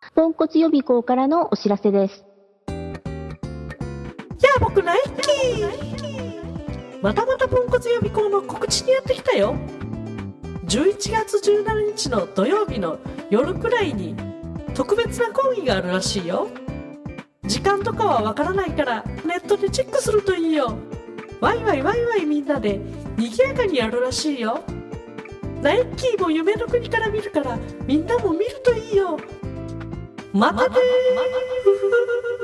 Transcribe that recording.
ポンコツ予備校からのお知らせです。 やあ、僕ナイキー。またまたポンコツ予備校の告知にやってきたよ。11月17日の土曜日の夜くらいに特別な講義があるらしいよ。時間とかはわからないからネットでチェックするといいよ。ワイワイワイワイみんなで賑やかにやるらしいよ。ナイキーも夢の国から見るからみんなも見るといいよ。またねー。